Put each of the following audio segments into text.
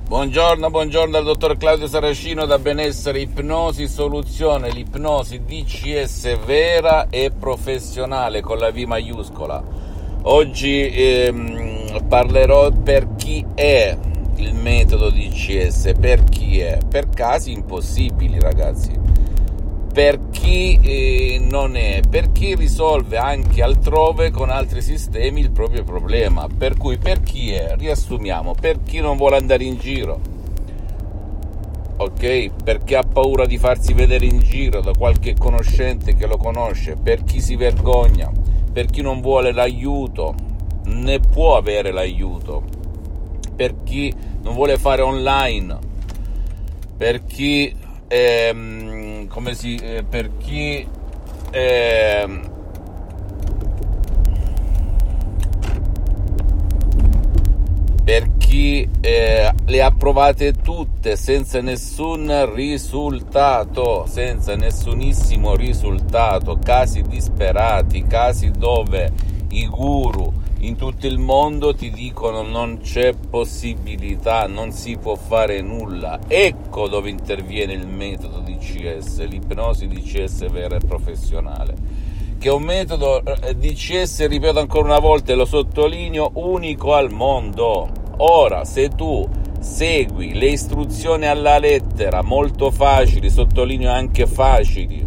Buongiorno al dottor Claudio Saracino da Benessere Ipnosi Soluzione, l'ipnosi DCS vera e professionale con la V maiuscola. Oggi parlerò per chi è il metodo DCS, per chi è, per casi impossibili ragazzi, per chi non è, per chi risolve anche altrove con altri sistemi il proprio problema. Per cui per chi è, riassumiamo, per chi non vuole andare in giro, ok, perché ha paura di farsi vedere in giro da qualche conoscente che lo conosce, per chi si vergogna, per chi non vuole l'aiuto, né può avere l'aiuto, per chi non vuole fare online, per chi le ha provate tutte senza nessun risultato, senza nessunissimo risultato, casi disperati, casi dove i guru in tutto il mondo ti dicono non c'è possibilità, non si può fare nulla. Ecco dove interviene il metodo DCS, l'ipnosi DCS vera e professionale, che è un metodo DCS, ripeto ancora una volta e lo sottolineo, unico al mondo. Ora, se tu segui le istruzioni alla lettera, molto facili, sottolineo anche facili,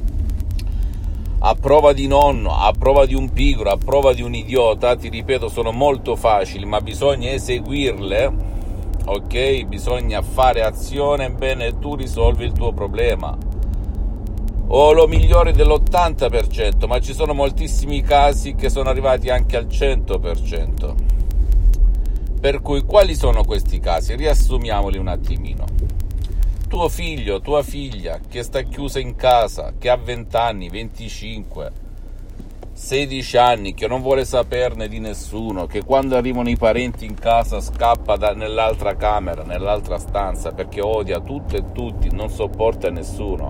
a prova di nonno, a prova di un pigro, a prova di un idiota, ti ripeto, sono molto facili, ma bisogna eseguirle, ok? Bisogna fare azione, bene, tu risolvi il tuo problema. O lo migliori dell'80%, ma ci sono moltissimi casi che sono arrivati anche al 100%. Per cui, quali sono questi casi? Riassumiamoli un attimino. Tuo figlio, tua figlia che sta chiusa in casa, che ha 20 anni, 25, 16 anni, che non vuole saperne di nessuno, che quando arrivano i parenti in casa scappa nell'altra camera, nell'altra stanza, perché odia tutto e tutti, non sopporta nessuno.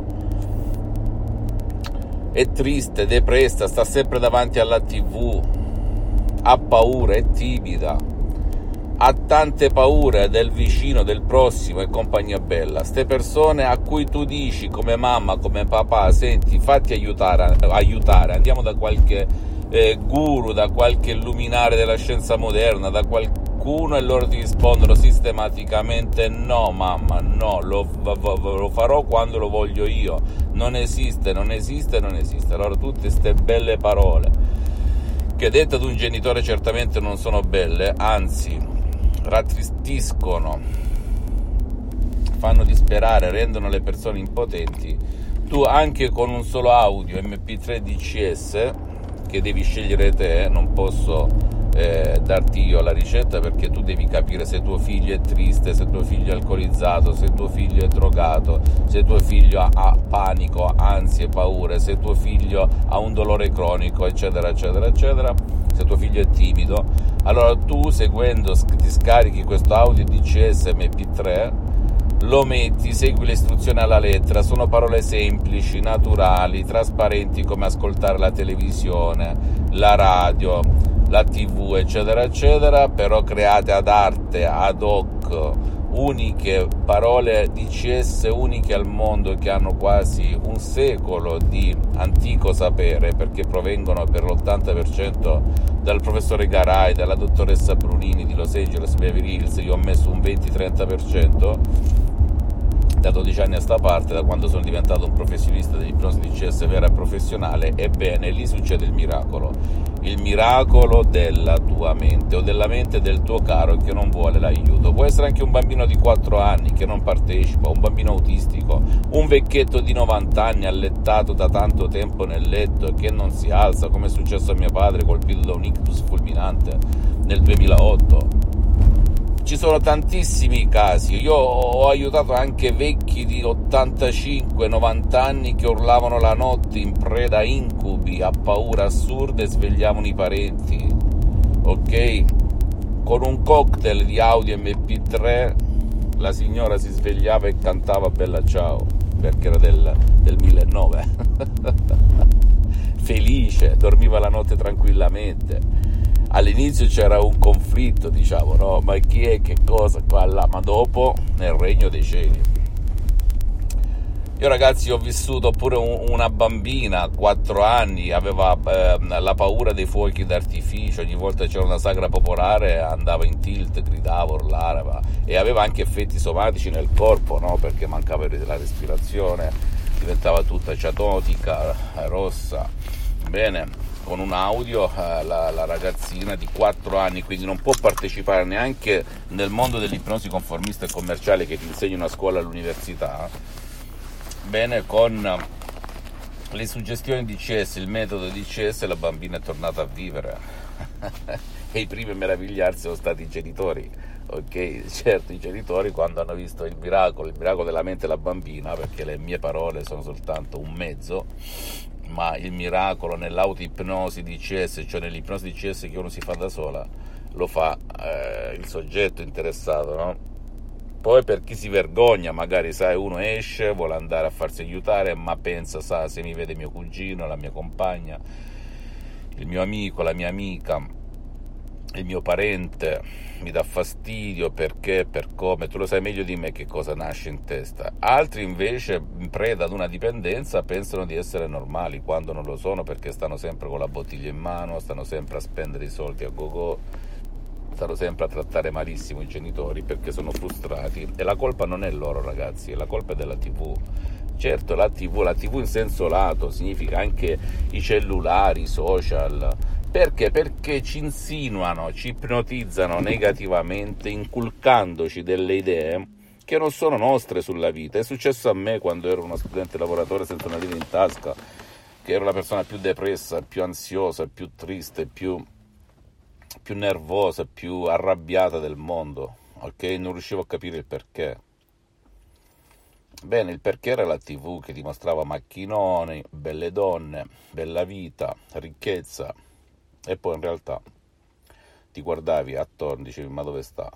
È triste, depressa, sta sempre davanti alla TV, ha paura, è timida, ha tante paure del vicino, del prossimo e compagnia bella. Ste persone a cui tu dici come mamma, come papà, senti, fatti aiutare, andiamo da qualche guru, da qualche luminare della scienza moderna, da qualcuno, e loro ti rispondono sistematicamente no mamma, no, lo farò quando lo voglio io, non esiste. Allora tutte ste belle parole che dette ad un genitore certamente non sono belle, anzi rattristiscono, fanno disperare, rendono le persone impotenti. Tu anche con un solo audio MP3 DCS che devi scegliere te, non posso darti io la ricetta, perché tu devi capire se tuo figlio è triste, se tuo figlio è alcolizzato, se tuo figlio è drogato, se tuo figlio ha panico, ansie, paure, se tuo figlio ha un dolore cronico, eccetera eccetera eccetera, se tuo figlio è timido. Allora tu, seguendo, ti scarichi questo audio DCS MP3, lo metti, segui le istruzioni alla lettera, sono parole semplici, naturali, trasparenti, come ascoltare la televisione, la radio, la TV, eccetera eccetera, però create ad arte, ad hoc, uniche parole DCS, uniche al mondo, che hanno quasi un secolo di antico sapere, perché provengono per l'80% dal professore Garay, dalla dottoressa Brunini di Los Angeles Beverly Hills. Io ho messo un 20-30% da 12 anni a sta parte, da quando sono diventato un professionista dell'ipnosi DCS vera e professionale. Ebbene, lì succede il miracolo della tua mente, o della mente del tuo caro che non vuole l'aiuto. Può essere anche un bambino di 4 anni che non partecipa, un bambino autistico, un vecchietto di 90 anni allettato da tanto tempo nel letto e che non si alza, come è successo a mio padre, colpito da un ictus fulminante nel 2008. Ci sono tantissimi casi. Io ho aiutato anche vecchi di 85-90 anni che urlavano la notte in preda a incubi, a paure assurde, e svegliavano i parenti, ok? Con un cocktail di audio MP3 la signora si svegliava e cantava Bella Ciao, perché era del 1900 felice, dormiva la notte tranquillamente. all'inizio c'era un conflitto, diciamo, no? Ma chi è, che cosa, qua, là, ma dopo nel regno dei cieli. Io ragazzi ho vissuto pure una bambina, 4 anni, aveva la paura dei fuochi d'artificio, ogni volta c'era una sagra popolare andava in tilt, gridava, urlava e aveva anche effetti somatici nel corpo, no? Perché mancava la respirazione, diventava tutta ciatotica, rossa. Bene, con un audio la ragazzina di 4 anni, quindi non può partecipare neanche nel mondo dell'ipnosi conformista e commerciale che ti insegna una scuola all'università. Bene, con le suggestioni DCS, il metodo DCS, la bambina è tornata a vivere e i primi a meravigliarsi sono stati i genitori, ok? Certo, i genitori quando hanno visto il miracolo della mente della bambina, perché le mie parole sono soltanto un mezzo, ma il miracolo nell'auto-ipnosi DCS, cioè nell'ipnosi DCS che uno si fa da sola, lo fa il soggetto interessato, no? Poi per chi si vergogna, magari sai, uno esce, vuole andare a farsi aiutare, ma pensa, sa, se mi vede mio cugino, la mia compagna, il mio amico, la mia amica, il mio parente, mi dà fastidio, perché, per come, tu lo sai meglio di me che cosa nasce in testa. Altri invece, in preda ad una dipendenza, pensano di essere normali, quando non lo sono, perché stanno sempre con la bottiglia in mano, stanno sempre a spendere i soldi a go-go, stanno sempre a trattare malissimo i genitori perché sono frustrati, e la colpa non è loro ragazzi, la colpa è della TV. Certo, la TV in senso lato significa anche i cellulari, i social. Perché? Perché ci insinuano, ci ipnotizzano negativamente, inculcandoci delle idee che non sono nostre sulla vita. È successo a me quando ero uno studente lavoratore senza una lira in tasca, che ero la persona più depressa, più ansiosa, più triste, più nervosa, più arrabbiata del mondo, ok? Non riuscivo a capire il perché. Bene, il perché era la TV che dimostrava macchinoni, belle donne, bella vita, ricchezza, e poi in realtà ti guardavi attorno e dicevi ma dove sta?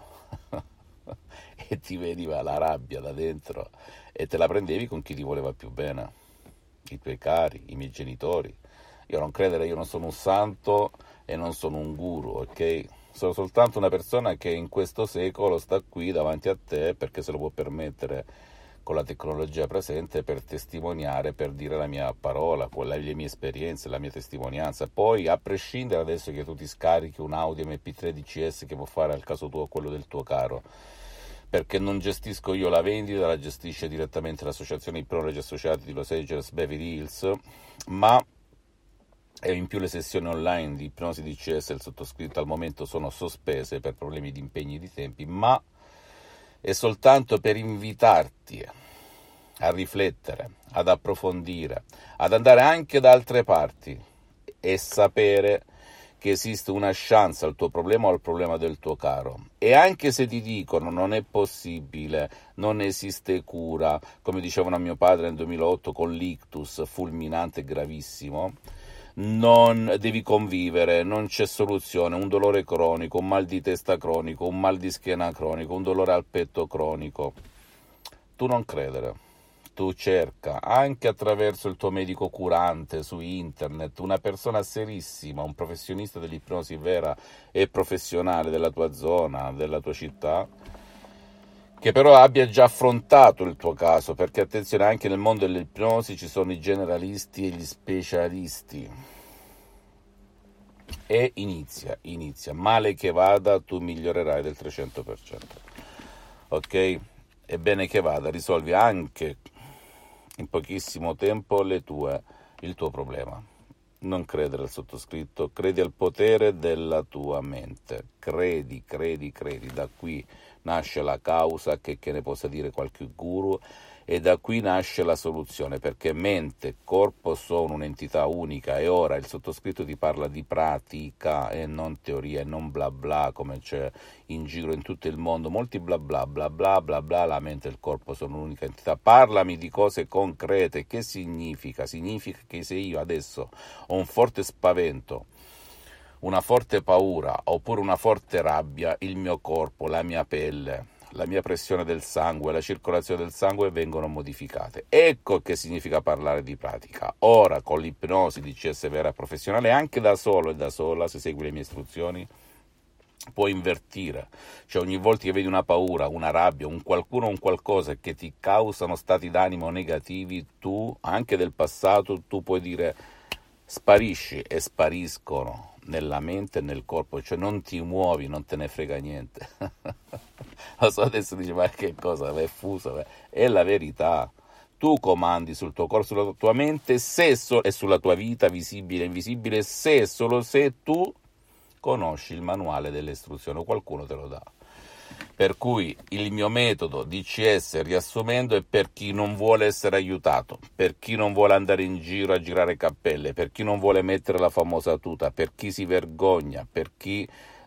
E ti veniva la rabbia da dentro e te la prendevi con chi ti voleva più bene, i tuoi cari, i miei genitori. Io non credere, io non sono un santo e non sono un guru, ok? Sono soltanto una persona che in questo secolo sta qui davanti a te perché se lo può permettere con la tecnologia presente, per testimoniare, per dire la mia parola, le mie esperienze, la mia testimonianza. Poi, a prescindere adesso che tu ti scarichi un audio MP3 DCS che può fare al caso tuo quello del tuo caro, perché non gestisco io la vendita, la gestisce direttamente l'associazione Ipnologi Associati di Los Angeles Beverly Hills, ma e in più le sessioni online di ipnosi DCS del sottoscritto al momento sono sospese per problemi di impegni di tempi, ma è soltanto per invitarti a riflettere, ad approfondire, ad andare anche da altre parti e sapere che esiste una chance al tuo problema o al problema del tuo caro. E anche se ti dicono non è possibile, non esiste cura, come dicevano a mio padre nel 2008 con l'ictus fulminante e gravissimo, non devi convivere, non c'è soluzione, un dolore cronico, un mal di testa cronico, un mal di schiena cronico, un dolore al petto cronico, tu non credere, tu cerca anche attraverso il tuo medico curante su internet, una persona serissima, un professionista dell'ipnosi vera e professionale della tua zona, della tua città, che però abbia già affrontato il tuo caso, perché attenzione, anche nel mondo dell'ipnosi ci sono i generalisti e gli specialisti. E inizia, male che vada tu migliorerai del 300%, ok? È bene che vada, risolvi anche in pochissimo tempo il tuo problema. Non credere al sottoscritto, credi al potere della tua mente, credi, da qui nasce la causa, che ne possa dire qualche guru, e da qui nasce la soluzione, perché mente, corpo sono un'entità unica, e ora il sottoscritto ti parla di pratica e non teoria e non bla bla come c'è in giro in tutto il mondo, molti bla bla bla bla bla bla, la mente e il corpo sono un'unica entità. Parlami di cose concrete. Che significa? Significa che se io adesso ho un forte spavento, una forte paura oppure una forte rabbia, il mio corpo, la mia pelle la mia pressione del sangue, la circolazione del sangue vengono modificate. Ecco che significa parlare di pratica. Ora, con l'ipnosi DCS vera professionale, anche da solo e da sola, se segui le mie istruzioni, puoi invertire. Cioè ogni volta che vedi una paura, una rabbia, un qualcuno o un qualcosa che ti causano stati d'animo negativi, tu, anche del passato, tu puoi dire sparisci, e spariscono nella mente e nel corpo, cioè non ti muovi, non te ne frega niente. Lo so, adesso dici, ma che cosa, è fuso, è la verità. Tu comandi sul tuo corpo, sulla tua mente, e sulla tua vita, visibile e invisibile, se e solo se tu conosci il manuale delle istruzioni o qualcuno te lo dà. Per cui il mio metodo DCS, riassumendo, è per chi non vuole essere aiutato, per chi non vuole andare in giro a girare cappelle, per chi non vuole mettere la famosa tuta, per chi si vergogna, per chi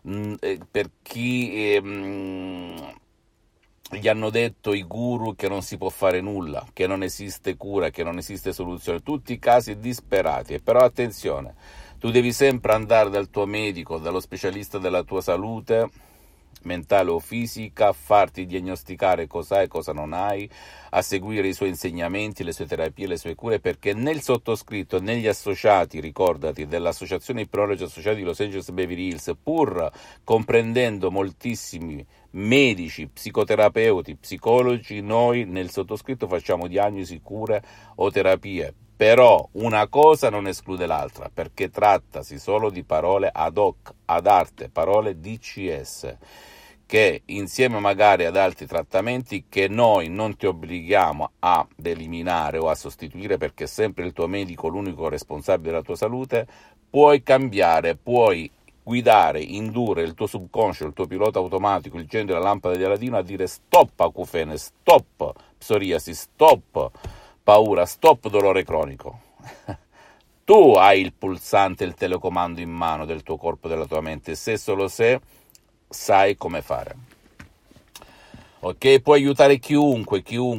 gli hanno detto i guru che non si può fare nulla, che non esiste cura, che non esiste soluzione, tutti casi disperati. Però attenzione, tu devi sempre andare dal tuo medico, dallo specialista della tua salute mentale o fisica, a farti diagnosticare cosa hai e cosa non hai, a seguire i suoi insegnamenti, le sue terapie, le sue cure, perché nel sottoscritto e negli associati, ricordati, dell'associazione Ipnologi Associati di Los Angeles Beverly Hills, pur comprendendo moltissimi medici, psicoterapeuti, psicologi, noi nel sottoscritto facciamo diagnosi, cure o terapie. Però una cosa non esclude l'altra, perché trattasi solo di parole ad hoc, ad arte, parole DCS, che insieme magari ad altri trattamenti che noi non ti obblighiamo ad eliminare o a sostituire, perché è sempre il tuo medico l'unico responsabile della tua salute, puoi cambiare, puoi guidare, indurre il tuo subconscio, il tuo pilota automatico, il genio della lampada di Aladino a dire stop acufene, stop psoriasi, stop paura, stop dolore cronico. Tu hai il pulsante, il telecomando in mano del tuo corpo e della tua mente, se solo se sai come fare. Ok, puoi aiutare chiunque,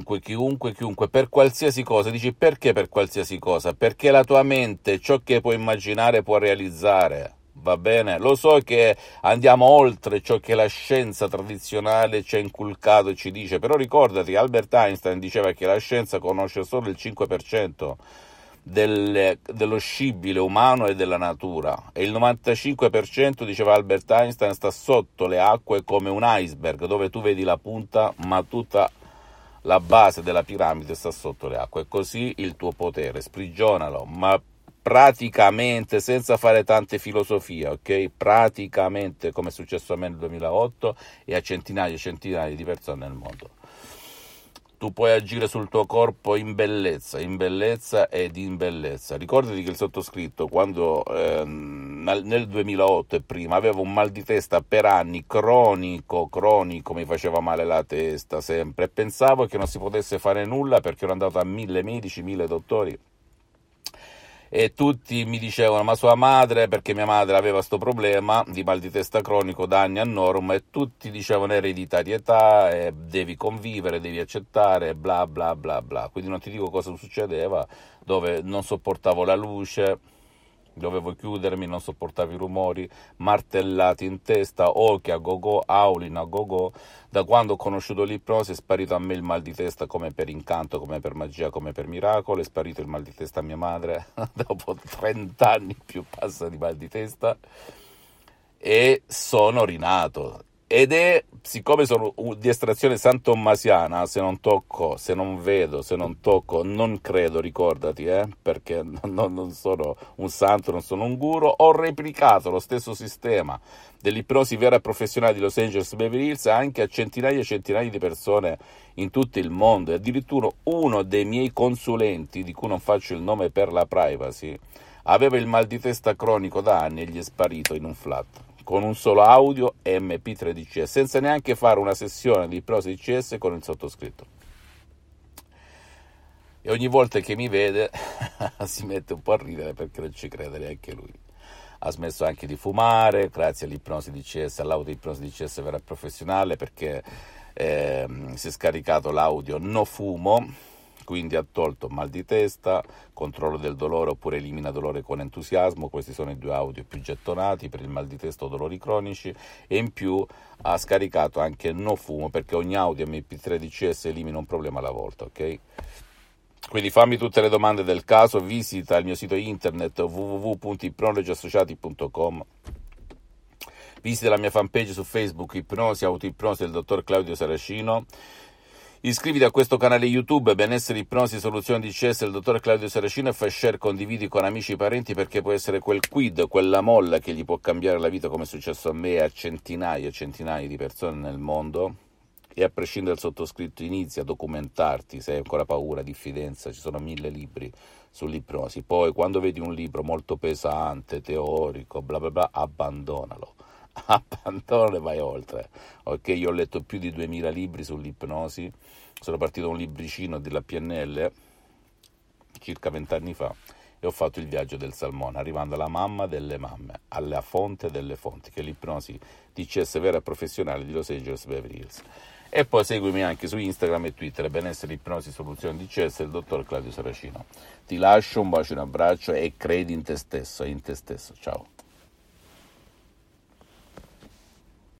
per qualsiasi cosa. Dici, perché per qualsiasi cosa? Perché la tua mente, ciò che può immaginare, può realizzare. Va bene? Lo so che andiamo oltre ciò che la scienza tradizionale ci ha inculcato e ci dice, però ricordati, Albert Einstein diceva che la scienza conosce solo il 5% dello scibile umano e della natura, e il 95%, diceva Albert Einstein, sta sotto le acque come un iceberg, dove tu vedi la punta, ma tutta la base della piramide sta sotto le acque. E così il tuo potere, sprigionalo, ma praticamente, senza fare tante filosofie, ok? Praticamente, come è successo a me nel 2008 e a centinaia e centinaia di persone nel mondo. Tu puoi agire sul tuo corpo in bellezza ed in bellezza. Ricordati che il sottoscritto, quando nel 2008 e prima, avevo un mal di testa per anni, cronico, mi faceva male la testa sempre, e pensavo che non si potesse fare nulla perché ero andato a 1000 medici, 1000 dottori, e tutti mi dicevano, ma sua madre, perché mia madre aveva sto problema di mal di testa cronico da anni a norma, e tutti dicevano ereditarietà, devi convivere, devi accettare, bla bla bla bla. Quindi non ti dico cosa succedeva, dove non sopportavo la luce, dovevo chiudermi, non sopportavo i rumori, martellati in testa, occhi a go-go, aulino a go-go. Da quando ho conosciuto l'ipnosi è sparito a me il mal di testa come per incanto, come per magia, come per miracolo. È sparito il mal di testa a mia madre dopo 30 anni più passa di mal di testa, e sono rinato. Ed è, siccome sono di estrazione santommasiana, se non tocco, se non vedo, se non tocco, non credo, ricordati, perché non sono un santo, non sono un guru, ho replicato lo stesso sistema dell'ipnosi vera e professionale di Los Angeles Beverly Hills anche a centinaia e centinaia di persone in tutto il mondo. E addirittura uno dei miei consulenti, di cui non faccio il nome per la privacy, aveva il mal di testa cronico da anni e gli è sparito in un flat, con un solo audio MP3 DCS, senza neanche fare una sessione di ipnosi DCS con il sottoscritto. E ogni volta che mi vede si mette un po' a ridere, perché non ci crede neanche lui. Ha smesso anche di fumare grazie all'ipnosi DCS, all'audio-ipnosi DCS vera e professionale, perché si è scaricato l'audio No Fumo, quindi ha tolto mal di testa, controllo del dolore oppure elimina dolore con entusiasmo. Questi sono i 2 audio più gettonati per il mal di testa o dolori cronici, e in più ha scaricato anche no fumo, perché ogni audio MP3 DCS elimina un problema alla volta, ok? Quindi fammi tutte le domande del caso, visita il mio sito internet www.ipnologiassociati.com, visita la mia fanpage su Facebook, Ipnosi, Autoipnosi del dottor Claudio Saracino, iscriviti a questo canale YouTube, Benessere, Ipnosi, Soluzioni DCS del dottor Claudio Saracino, e fai share, condividi con amici e parenti, perché può essere quel quid, quella molla che gli può cambiare la vita, come è successo a me e a centinaia e centinaia di persone nel mondo. E a prescindere dal sottoscritto, inizia a documentarti se hai ancora paura, diffidenza, ci sono 1000 libri sull'ipnosi. Poi quando vedi un libro molto pesante, teorico, bla bla bla, abbandonalo e vai oltre, ok? Io ho letto più di 2000 libri sull'ipnosi, sono partito da un libricino della PNL circa 20 anni fa e ho fatto il viaggio del salmone, arrivando alla mamma delle mamme, alla fonte delle fonti, che è l'ipnosi DCS vera e professionale di Los Angeles Beverly Hills. E poi seguimi anche su Instagram e Twitter, Benessere, Ipnosi, Soluzioni DCS, il dottor Claudio Saracino. Ti lascio un bacio, un abbraccio e credi in te stesso, ciao.